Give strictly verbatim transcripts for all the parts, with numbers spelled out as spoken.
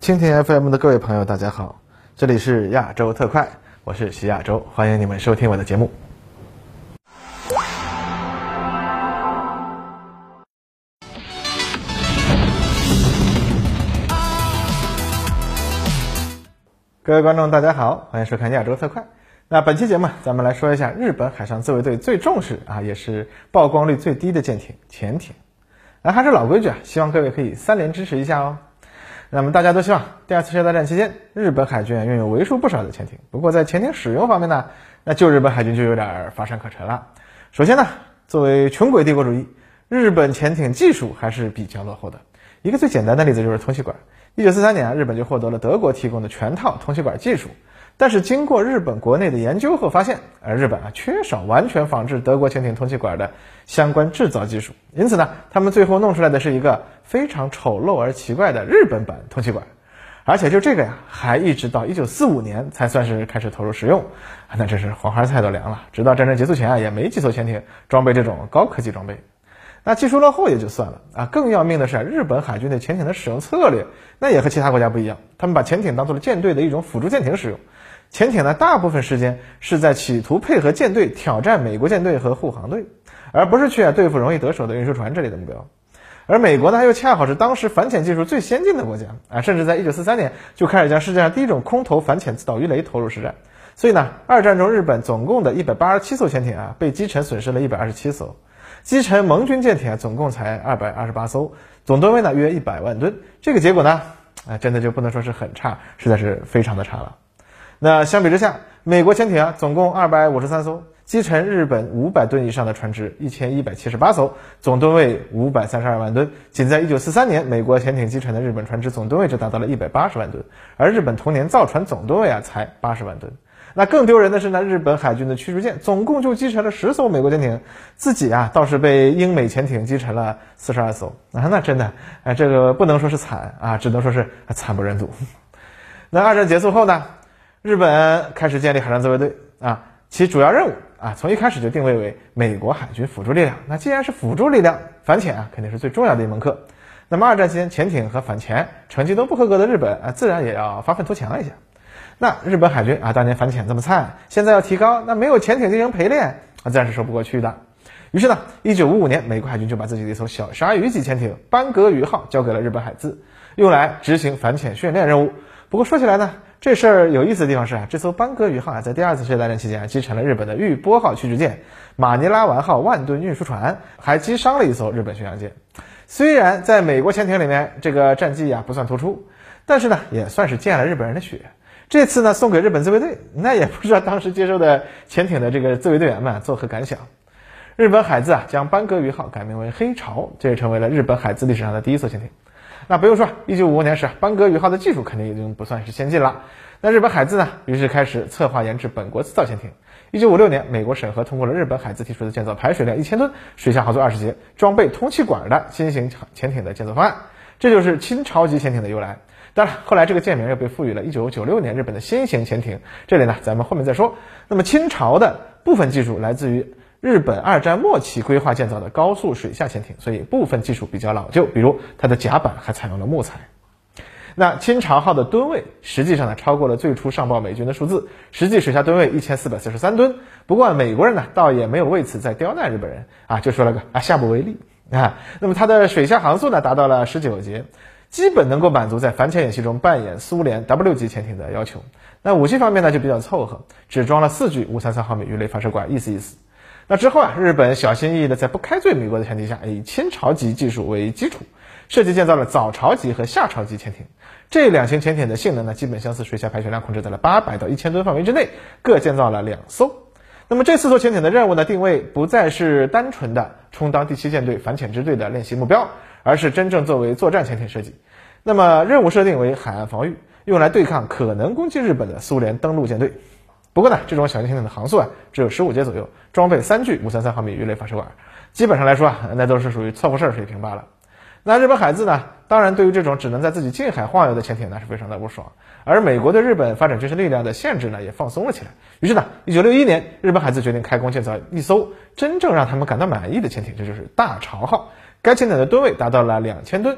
蜻蜓 F M 的各位朋友大家好，这里是亚洲特快，我是徐亚洲，欢迎你们收听我的节目。各位观众大家好，欢迎收看亚洲特快。那本期节目咱们来说一下日本海上自卫队最重视啊，也是曝光率最低的舰艇——潜艇。那还是老规矩啊，希望各位可以三连支持一下哦。那么大家都希望第二次世界大战期间，日本海军拥有为数不少的潜艇。不过在潜艇使用方面呢，那旧日本海军就有点乏善可陈了。首先呢，作为穷鬼帝国主义，日本潜艇技术还是比较落后的。一个最简单的例子就是通气管。一九四三年啊，日本就获得了德国提供的全套通气管技术。但是经过日本国内的研究后发现，而日本啊缺少完全仿制德国潜艇通气管的相关制造技术，因此呢，他们最后弄出来的是一个非常丑陋而奇怪的日本版通气管，而且就这个呀，还一直到一九四五年才算是开始投入使用，那真是黄花菜都凉了。直到战争结束前啊，也没几艘潜艇装备这种高科技装备。那技术落后也就算了啊，更要命的是日本海军对潜艇的使用策略，那也和其他国家不一样，他们把潜艇当做了舰队的一种辅助舰艇使用。潜艇呢，大部分时间是在企图配合舰队挑战美国舰队和护航队，而不是去对付容易得手的运输船这类的目标。而美国呢，又恰好是当时反潜技术最先进的国家啊，甚至在一九四三年就开始将世界上第一种空投反潜自导鱼雷投入实战。所以呢，二战中日本总共的一百八十七艘潜艇啊，被击沉损失了一百二十七艘。击沉盟军舰艇啊，总共才二百二十八艘，总吨位呢约一百万吨。这个结果呢，啊，真的就不能说是很差，实在是非常的差了。那相比之下，美国潜艇啊，总共二百五十三艘，击沉日本五百吨以上的船只一千一百七十八艘，总吨位五百三十二万吨。仅在一九四三年，美国潜艇击沉的日本船只总吨位就达到了一百八十万吨，而日本同年造船总吨位啊才八十万吨。那更丢人的是呢，日本海军的驱逐舰总共就击沉了十艘美国舰艇，自己啊倒是被英美潜艇击沉了四十二艘啊，那真的，哎，这个不能说是惨啊，只能说是惨不忍睹。那二战结束后呢，日本开始建立海上自卫队啊，其主要任务啊，从一开始就定位为美国海军辅助力量。那既然是辅助力量，反潜啊肯定是最重要的一门课。那么二战期间，潜艇和反潜成绩都不合格的日本啊，自然也要发愤图强一下。那日本海军啊，当年反潜这么菜，现在要提高，那没有潜艇进行陪练啊，自然是说不过去的。于是呢，一九五五年，美国海军就把自己的一艘小鲨鱼级潜艇班格鱼号交给了日本海自，用来执行反潜训练任务。不过说起来呢，这事儿有意思的地方是啊，这艘班格鱼号啊，在第二次世界大战期间啊，击沉了日本的玉波号驱逐舰、马尼拉丸号万吨运输船，还击伤了一艘日本巡洋舰。虽然在美国潜艇里面这个战绩啊不算突出，但是呢，也算是溅了日本人的血。这次呢，送给日本自卫队，那也不知道当时接收的潜艇的这个自卫队员们作何感想。日本海自啊，将班格鱼号改名为黑潮，这也成为了日本海自历史上的第一艘潜艇。那不用说，一九五五年时，班格鱼号的技术肯定已经不算是先进了。那日本海自呢，于是开始策划研制本国制造潜艇。一九五六年，美国审核通过了日本海自提出的建造排水量一千吨、水下航速二十节、装备通气管的新型潜艇的建造方案，这就是清朝级潜艇的由来。当然，后来这个舰名又被赋予了一九九六年日本的新型潜艇，这里呢咱们后面再说。那么清朝的部分技术来自于日本二战末期规划建造的高速水下潜艇，所以部分技术比较老旧，比如它的甲板还采用了木材。那清朝号的吨位实际上呢超过了最初上报美军的数字，实际水下吨位一千四百四十三吨。不过美国人呢倒也没有为此再刁难日本人啊，就说了个啊下不为例啊。那么它的水下航速呢达到了十九节，基本能够满足在反潜演习中扮演苏联 W 级潜艇的要求。那武器方面呢就比较凑合，只装了四具五三三毫米鱼雷发射管，意思意思。那之后啊，日本小心翼翼的在不开罪美国的前提下，以清朝级技术为基础，设计建造了早朝级和夏朝级潜艇。这两型潜艇的性能呢基本相似，水下排水量控制在了八百到一千吨范围之内，各建造了两艘。那么这四艘潜艇的任务呢定位不再是单纯的充当第七舰队反潜支队的练习目标，而是真正作为作战潜艇设计。那么任务设定为海岸防御，用来对抗可能攻击日本的苏联登陆舰队。不过呢，这种小型潜艇的航速啊只有十五节左右，装备三具五三三毫米鱼雷发射管，基本上来说啊，那都是属于凑合事儿水平罢了。那日本海自呢，当然对于这种只能在自己近海晃悠的潜艇呢是非常的不爽，而美国对日本发展军事力量的限制呢也放松了起来。于是呢，一九六一年，日本海自决定开工建造一艘真正让他们感到满意的潜艇，这就是大潮号。该潜艇的吨位达到了两千吨，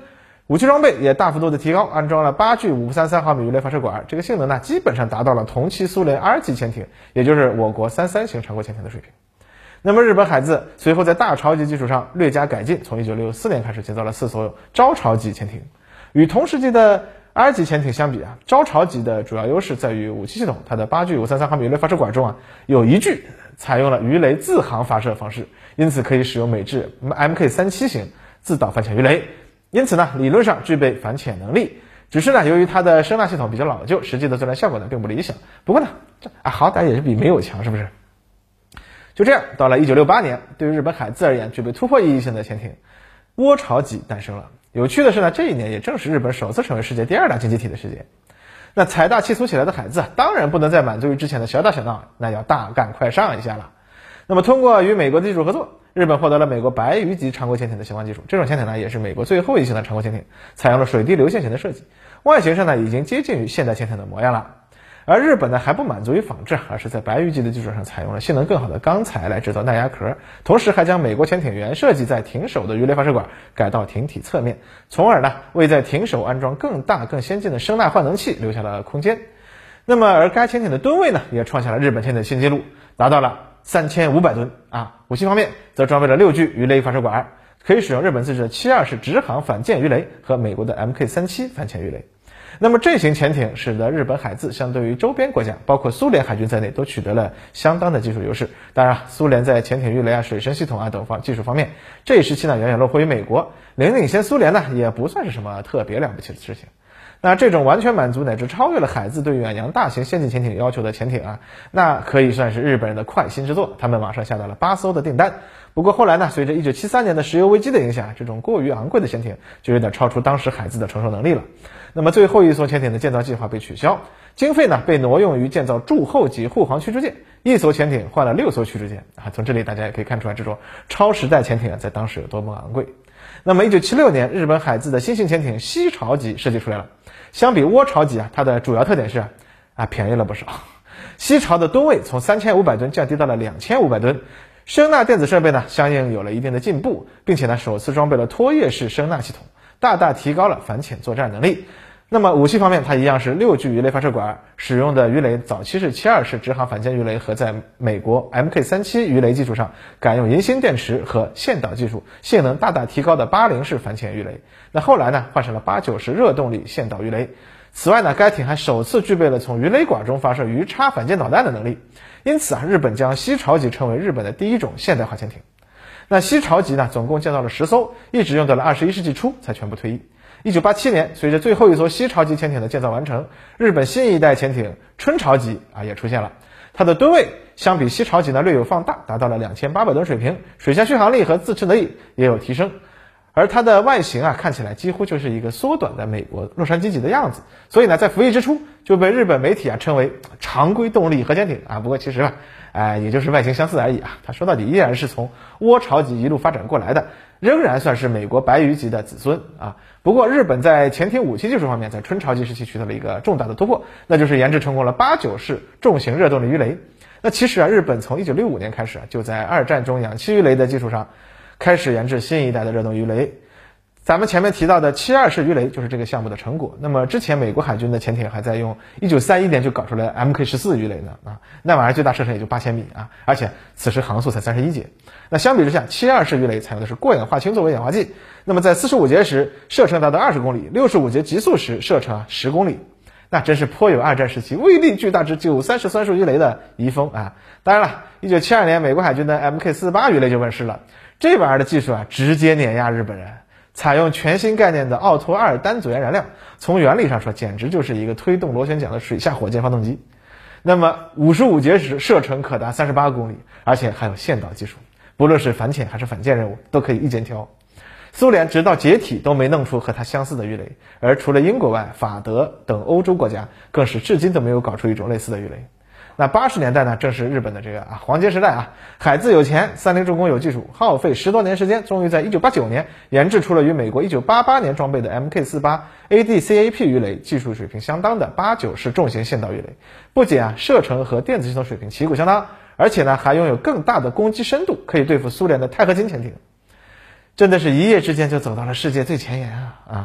武器装备也大幅度的提高，安装了八具五三三毫米鱼雷发射管，这个性能呢基本上达到了同期苏联 R 级潜艇，也就是我国三三型常规潜艇的水平。那么日本海自随后在大潮级基础上略加改进，从一九六四年开始建造了四艘招潮级潜艇。与同时期的 R 级潜艇相比啊，招潮级的主要优势在于武器系统，它的八具五三三毫米鱼雷发射管中啊，有一具采用了鱼雷自航发射方式，因此可以使用美制 M K 三七 型自导反潜鱼雷。因此呢，理论上具备反潜能力，只是呢，由于它的声纳系统比较老旧，实际的作战效果呢并不理想。不过呢，这啊好歹也是比没有强，是不是？就这样，到了一九六八年，对于日本海自而言，具备突破意义性的潜艇涡潮级诞生了。有趣的是呢，这一年也正是日本首次成为世界第二大经济体的时间。那财大气粗起来的海自啊，当然不能再满足于之前的小打小闹，那要大干快上一下了。那么通过与美国的技术合作，日本获得了美国白鱼级常规潜艇的相关技术。这种潜艇呢，也是美国最后一型的常规潜艇，采用了水滴流线型的设计，外形上呢已经接近于现代潜艇的模样了。而日本呢还不满足于仿制，而是在白鱼级的基础上采用了性能更好的钢材来制造耐压壳，同时还将美国潜艇原设计在艇首的鱼雷发射管改到艇体侧面，从而呢为在艇首安装更大更先进的声纳换能器留下了空间。那么而该潜艇的吨位呢也创下了日本潜艇新纪录，达到了三千五百吨啊。武器方面则装备了六具鱼雷发射管，可以使用日本自制的七二式直航反舰鱼雷和美国的 M K 三七 反潜鱼雷。那么这型潜艇使得日本海自相对于周边国家，包括苏联海军在内，都取得了相当的技术优势。当然，苏联在潜艇鱼雷啊、水声系统啊等方技术方面，这一时期呢远远落后于美国，零领先苏联呢也不算是什么特别了不起的事情。那这种完全满足乃至超越了海自对远洋大型先进潜艇要求的潜艇啊，那可以算是日本人的快心之作，他们马上下到了八艘的订单。不过后来呢，随着一九七三年的石油危机的影响，这种过于昂贵的潜艇就有点超出当时海自的承受能力了。那么最后一艘潜艇的建造计划被取消，经费呢被挪用于建造驻后级护航驱逐舰，一艘潜艇换了六艘驱逐舰啊。从这里大家也可以看出来，这种超时代潜艇啊在当时有多么昂贵。那么一九七六年，日本海自的新型潜艇西潮级设计出来了。相比涡潮级啊，它的主要特点是啊便宜了不少。西潮的吨位从三千五百吨降低到了两千五百吨，声纳电子设备呢相应有了一定的进步，并且呢首次装备了拖曳式声纳系统，大大提高了反潜作战能力。那么武器方面，它一样是六具鱼雷发射管，使用的鱼雷早期是七二式直航反舰鱼雷和在美国 M K 三七 鱼雷基础上改用银锌电池和线导技术，性能大大提高的八零式反潜鱼雷。那后来呢换成了八九式热动力线导鱼雷。此外呢，该艇还首次具备了从鱼雷管中发射鱼叉反舰导弹的能力。因此啊，日本将西潮级称为日本的第一种现代化潜艇。那西潮级呢总共建造了十艘，一直用到了二十一世纪初才全部退役。一九八七年，随着最后一艘西潮级潜艇的建造完成，日本新一代潜艇春潮级啊也出现了。它的吨位相比西潮级呢略有放大，达到了两千八百吨水平，水下续航力和自持能力也有提升。而它的外形啊看起来几乎就是一个缩短的美国洛杉矶级的样子，所以呢在服役之初就被日本媒体啊称为常规动力核潜艇啊。不过其实啊，哎也就是外形相似而已啊。它说到底依然是从涡潮级一路发展过来的，仍然算是美国白鱼级的子孙啊。不过日本在潜艇武器技术方面，在春潮级时期取得了一个重大的突破，那就是研制成功了八九式重型热动力鱼雷。那其实啊，日本从一九六五年开始啊，就在二战中氧气鱼雷的基础上开始研制新一代的热动鱼雷。咱们前面提到的七二式鱼雷就是这个项目的成果。那么之前美国海军的潜艇还在用一九三一年就搞出来 M K 十四 鱼雷呢啊，那玩意儿最大射程也就八千米啊，而且此时航速才三十一节。那相比之下，七二式鱼雷采用的是过氧化氢作为氧化剂，那么在四十五节时射程达到二十公里，六十五节极速时射程十公里。那真是颇有二战时期威力巨大之九三式酸素鱼雷的遗风啊！当然了，一九七二年美国海军的 M K 四十八 鱼雷就问世了，这玩意儿的技术啊，直接碾压日本人。采用全新概念的奥托二单组元燃料，从原理上说，简直就是一个推动螺旋桨的水下火箭发动机。那么五十五节时射程可达三十八公里，而且还有线导技术，不论是反潜还是反舰任务都可以一肩挑。苏联直到解体都没弄出和它相似的鱼雷，而除了英国外，法德等欧洲国家更是至今都没有搞出一种类似的鱼雷。那八十年代呢，正是日本的这个啊黄金时代啊，海自有钱，三菱重工有技术，耗费十多年时间，终于在一九八九年研制出了与美国一九八八年装备的 M K 四十八 A D C A P 鱼雷技术水平相当的八九式重型线导鱼雷，不仅啊射程和电子系统水平旗鼓相当，而且呢还拥有更大的攻击深度，可以对付苏联的钛合金潜艇。真的是一夜之间就走到了世界最前沿啊啊！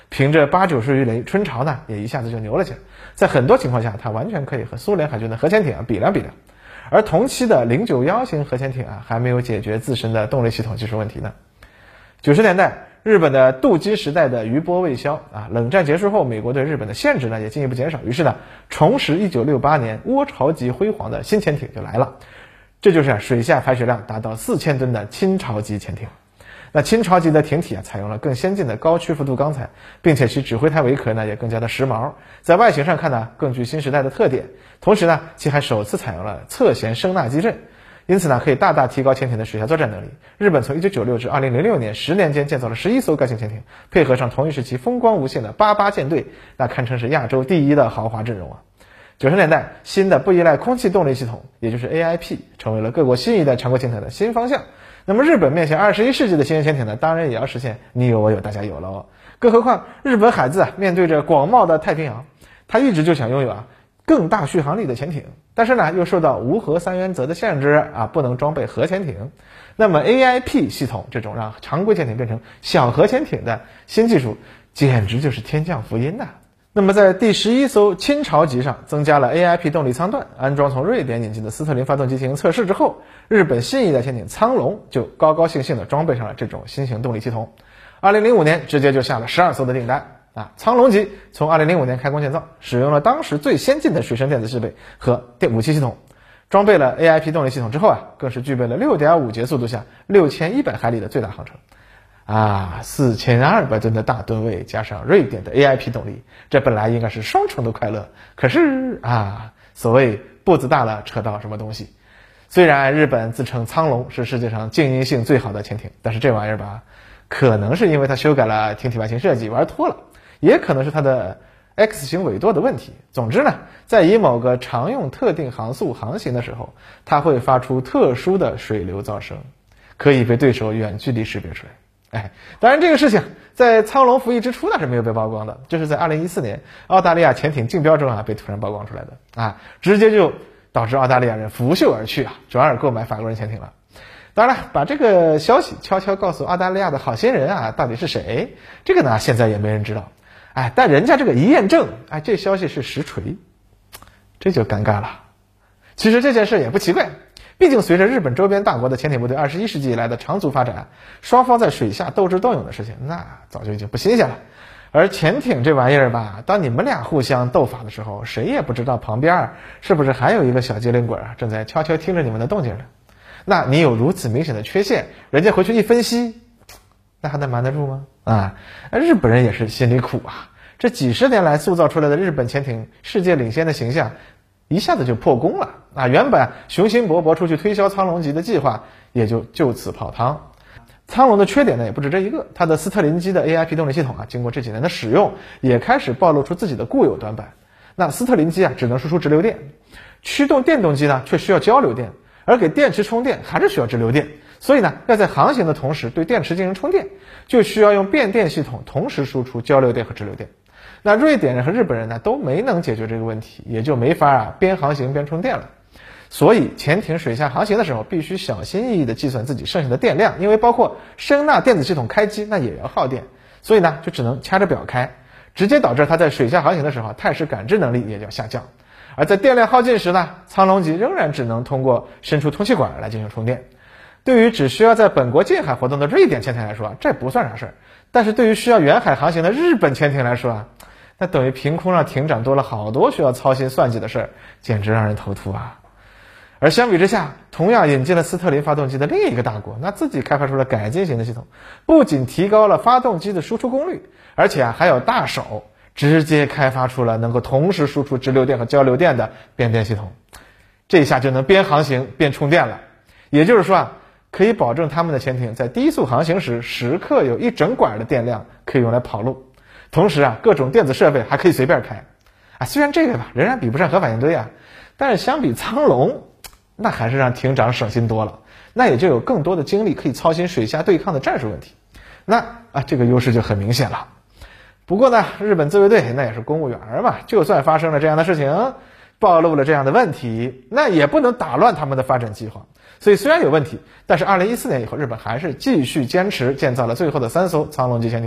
凭着八九十余枚，春潮呢也一下子就牛了起来。在很多情况下，它完全可以和苏联海军的核潜艇啊比量比量。而同期的零九一型核潜艇啊，还没有解决自身的动力系统技术问题呢。九十年代，日本的镀金时代的余波未消啊，冷战结束后，美国对日本的限制呢也进一步减少，于是呢，重拾一九六八年倭巢级辉煌的新潜艇就来了，这就是啊水下排水量达到四千吨的清朝级潜艇。那清朝级的艇体啊，采用了更先进的高屈幅度钢材，并且其指挥台尾壳呢也更加的时髦，在外形上看呢更具新时代的特点。同时呢，其还首次采用了侧舷声纳机阵，因此呢可以大大提高潜艇的水下作战能力。日本从一九九六至二零零六年十年间建造了十一艘该型潜艇，配合上同一时期风光无限的八八舰队，那堪称是亚洲第一的豪华阵容啊。九十年代，新的不依赖空气动力系统，也就是 A I P， 成为了各国新一代常规潜艇的新方向。那么日本面向二十一世纪的新型潜艇呢，当然也要实现你有我有大家有了哦。更何况日本海自啊面对着广袤的太平洋，他一直就想拥有啊更大续航力的潜艇，但是呢又受到无核三原则的限制啊，不能装备核潜艇。那么 A I P 系统这种让常规潜艇变成小核潜艇的新技术，简直就是天降福音呐、啊！那么在第十一艘清朝级上增加了 A I P 动力舱段，安装从瑞典引进的斯特林发动机进行测试之后，日本新一代潜艇苍龙就高高兴兴地装备上了这种新型动力系统。二零零五年直接就下了十二艘的订单啊！苍龙级从二零零五年开工建造，使用了当时最先进的水生电子设备和电武器系统，装备了 A I P 动力系统之后啊，更是具备了 六点五 节速度下六千一百海里的最大航程。啊，四千二百吨的大吨位加上瑞典的 A I P 动力，这本来应该是双重的快乐。可是啊，所谓步子大了扯到什么东西。虽然日本自称苍龙是世界上静音性最好的潜艇，但是这玩意儿吧，可能是因为它修改了艇体外形设计玩脱了，也可能是它的 X 型尾舵的问题。总之呢，在以某个常用特定航速航行的时候，它会发出特殊的水流噪声，可以被对手远距离识别出来。哎，当然这个事情在苍龙服役之初那是没有被曝光的，这是在二零一四年澳大利亚潜艇竞标中啊被突然曝光出来的啊，直接就导致澳大利亚人拂袖而去啊，转而购买法国人潜艇了。当然了，把这个消息悄悄告诉澳大利亚的好心人啊，到底是谁？这个呢现在也没人知道。哎，但人家这个一验证，哎，这消息是实锤，这就尴尬了。其实这件事也不奇怪。毕竟随着日本周边大国的潜艇部队二十一世纪以来的长足发展，双方在水下斗智斗勇的事情那早就已经不新鲜了。而潜艇这玩意儿吧，当你们俩互相斗法的时候，谁也不知道旁边是不是还有一个小机灵鬼正在悄悄听着你们的动静呢。那你有如此明显的缺陷，人家回去一分析，那还能瞒得住吗？啊，日本人也是心里苦啊，这几十年来塑造出来的日本潜艇世界领先的形象一下子就破功了啊！原本雄心勃勃出去推销苍龙级的计划也就就此泡汤。苍龙的缺点呢也不止这一个，它的斯特林机的 A I P 动力系统啊，经过这几年的使用，也开始暴露出自己的固有短板。那斯特林机啊只能输出直流电，驱动电动机呢却需要交流电，而给电池充电还是需要直流电。所以呢，要在航行的同时对电池进行充电，就需要用变电系统同时输出交流电和直流电。那瑞典人和日本人呢都没能解决这个问题，也就没法啊边航行边充电了。所以潜艇水下航行的时候必须小心翼翼地计算自己剩下的电量，因为包括声纳电子系统开机那也要耗电，所以呢就只能掐着表开，直接导致它在水下航行的时候态势感知能力也要下降。而在电量耗尽时呢，苍龙级仍然只能通过伸出通气管来进行充电。对于只需要在本国近海活动的瑞典潜艇来说，这不算啥事儿，但是对于需要远海航行的日本潜艇来说啊，那等于凭空让艇长多了好多需要操心算计的事儿，简直让人头秃啊！而相比之下，同样引进了斯特林发动机的另一个大国，那自己开发出了改进型的系统，不仅提高了发动机的输出功率，而且啊还有大手直接开发出了能够同时输出直流电和交流电的变电系统，这下就能边航行边充电了。也就是说啊，可以保证他们的潜艇在低速航行时，时刻有一整管的电量可以用来跑路。同时啊，各种电子设备还可以随便开啊。虽然这个吧仍然比不上核反应堆啊，但是相比苍龙，那还是让艇长省心多了，那也就有更多的精力可以操心水下对抗的战术问题，那啊这个优势就很明显了。不过呢，日本自卫队那也是公务员嘛，就算发生了这样的事情，暴露了这样的问题，那也不能打乱他们的发展计划。所以虽然有问题，但是二零一四年以后，日本还是继续坚持建造了最后的三艘苍龙级潜艇。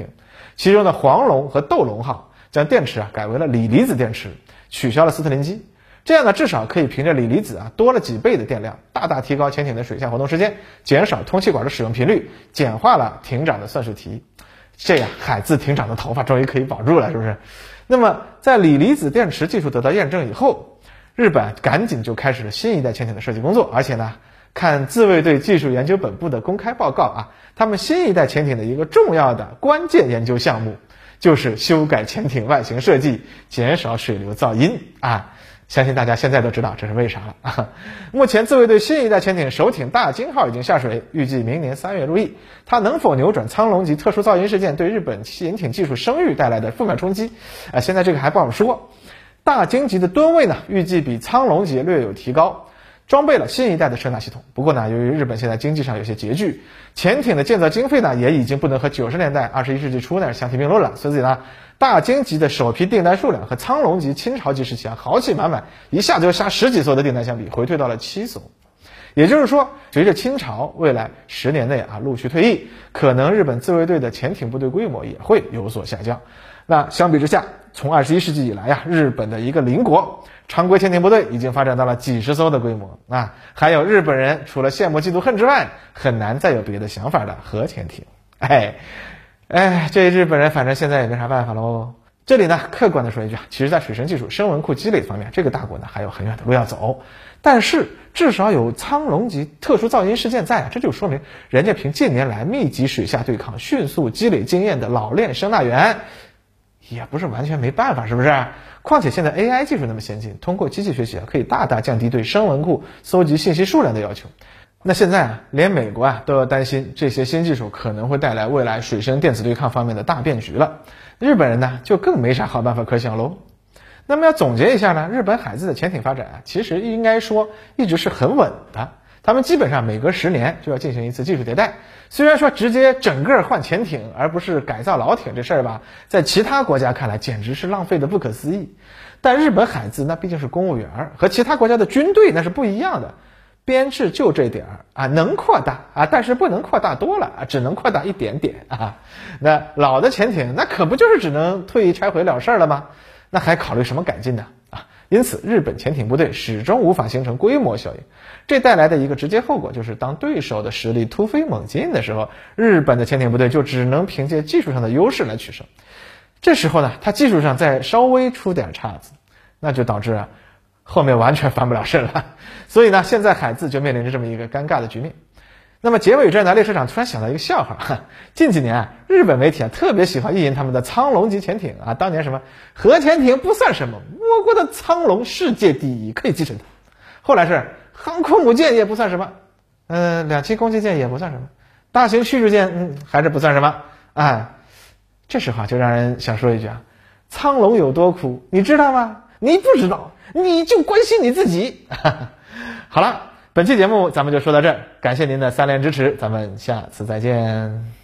其中的黄龙和斗龙号将电池啊改为了锂离子电池，取消了斯特林机。这样呢，至少可以凭着锂离子啊多了几倍的电量，大大提高潜艇的水下活动时间，减少通气管的使用频率，简化了艇长的算术题。这样海自艇长的头发终于可以保住了，是不是？那么在锂离子电池技术得到验证以后，日本赶紧就开始了新一代潜艇的设计工作。而且呢，看自卫队技术研究本部的公开报告啊，他们新一代潜艇的一个重要的关键研究项目就是修改潜艇外形设计，减少水流噪音啊。相信大家现在都知道这是为啥了啊！目前自卫队新一代潜艇首艇大鲸号已经下水，预计明年三月入役。它能否扭转苍龙级特殊噪音事件对日本潜艇技术声誉带来的负面冲击？啊，现在这个还不好说。大鲸级的吨位呢，预计比苍龙级略有提高，装备了新一代的声纳系统。不过呢，由于日本现在经济上有些拮据，潜艇的建造经费呢也已经不能和九十年代、二十一世纪初那相提并论了，所以呢。大鲸级的首批订单数量和苍龙级、清朝级时期啊豪气满满，一下就下十几艘的订单相比，回退到了七艘。也就是说，随着清朝未来十年内啊陆续退役，可能日本自卫队的潜艇部队规模也会有所下降。那相比之下，从二十一世纪以来啊，日本的一个邻国常规潜艇部队已经发展到了几十艘的规模啊，还有日本人除了羡慕嫉妒恨之外，很难再有别的想法的核潜艇。哎。哎，这日本人反正现在也没啥办法喽。这里呢，客观的说一句啊，其实在水生技术、声纹库积累方面，这个大国呢还有很远的路要走。但是至少有苍龙级特殊噪音事件在啊，这就说明人家凭近年来密集水下对抗、迅速积累经验的老练声纳员，也不是完全没办法，是不是？况且现在 A I 技术那么先进，通过机器学习啊，可以大大降低对声纹库搜集信息数量的要求。那现在啊，连美国啊都要担心这些新技术可能会带来未来水生电子对抗方面的大变局了。日本人呢就更没啥好办法可想喽。那么要总结一下呢，日本海自的潜艇发展啊，其实应该说一直是很稳的。他们基本上每隔十年就要进行一次技术迭代。虽然说直接整个换潜艇而不是改造老艇这事儿吧，在其他国家看来简直是浪费的不可思议。但日本海自那毕竟是公务员，和其他国家的军队那是不一样的。编制就这点儿啊，能扩大啊，但是不能扩大多了啊，只能扩大一点点啊。那老的潜艇那可不就是只能退役拆毁了事儿了吗？那还考虑什么改进呢？啊，因此日本潜艇部队始终无法形成规模效应，这带来的一个直接后果就是，当对手的实力突飞猛进的时候，日本的潜艇部队就只能凭借技术上的优势来取胜。这时候呢，它技术上再稍微出点岔子，那就导致啊。后面完全翻不了身了，所以呢，现在海自就面临着这么一个尴尬的局面。那么结尾这呢，列车长突然想到一个笑话，近几年啊，日本媒体啊特别喜欢意淫他们的苍龙级潜艇啊，当年什么核潜艇不算什么，我国的苍龙世界第一，可以继承它。后来是航空母舰也不算什么，嗯、呃，两栖攻击舰也不算什么，大型驱逐舰嗯还是不算什么啊。这时候就让人想说一句啊，苍龙有多苦，你知道吗？你不知道。你就关心你自己。好了，本期节目咱们就说到这儿，感谢您的三连支持，咱们下次再见。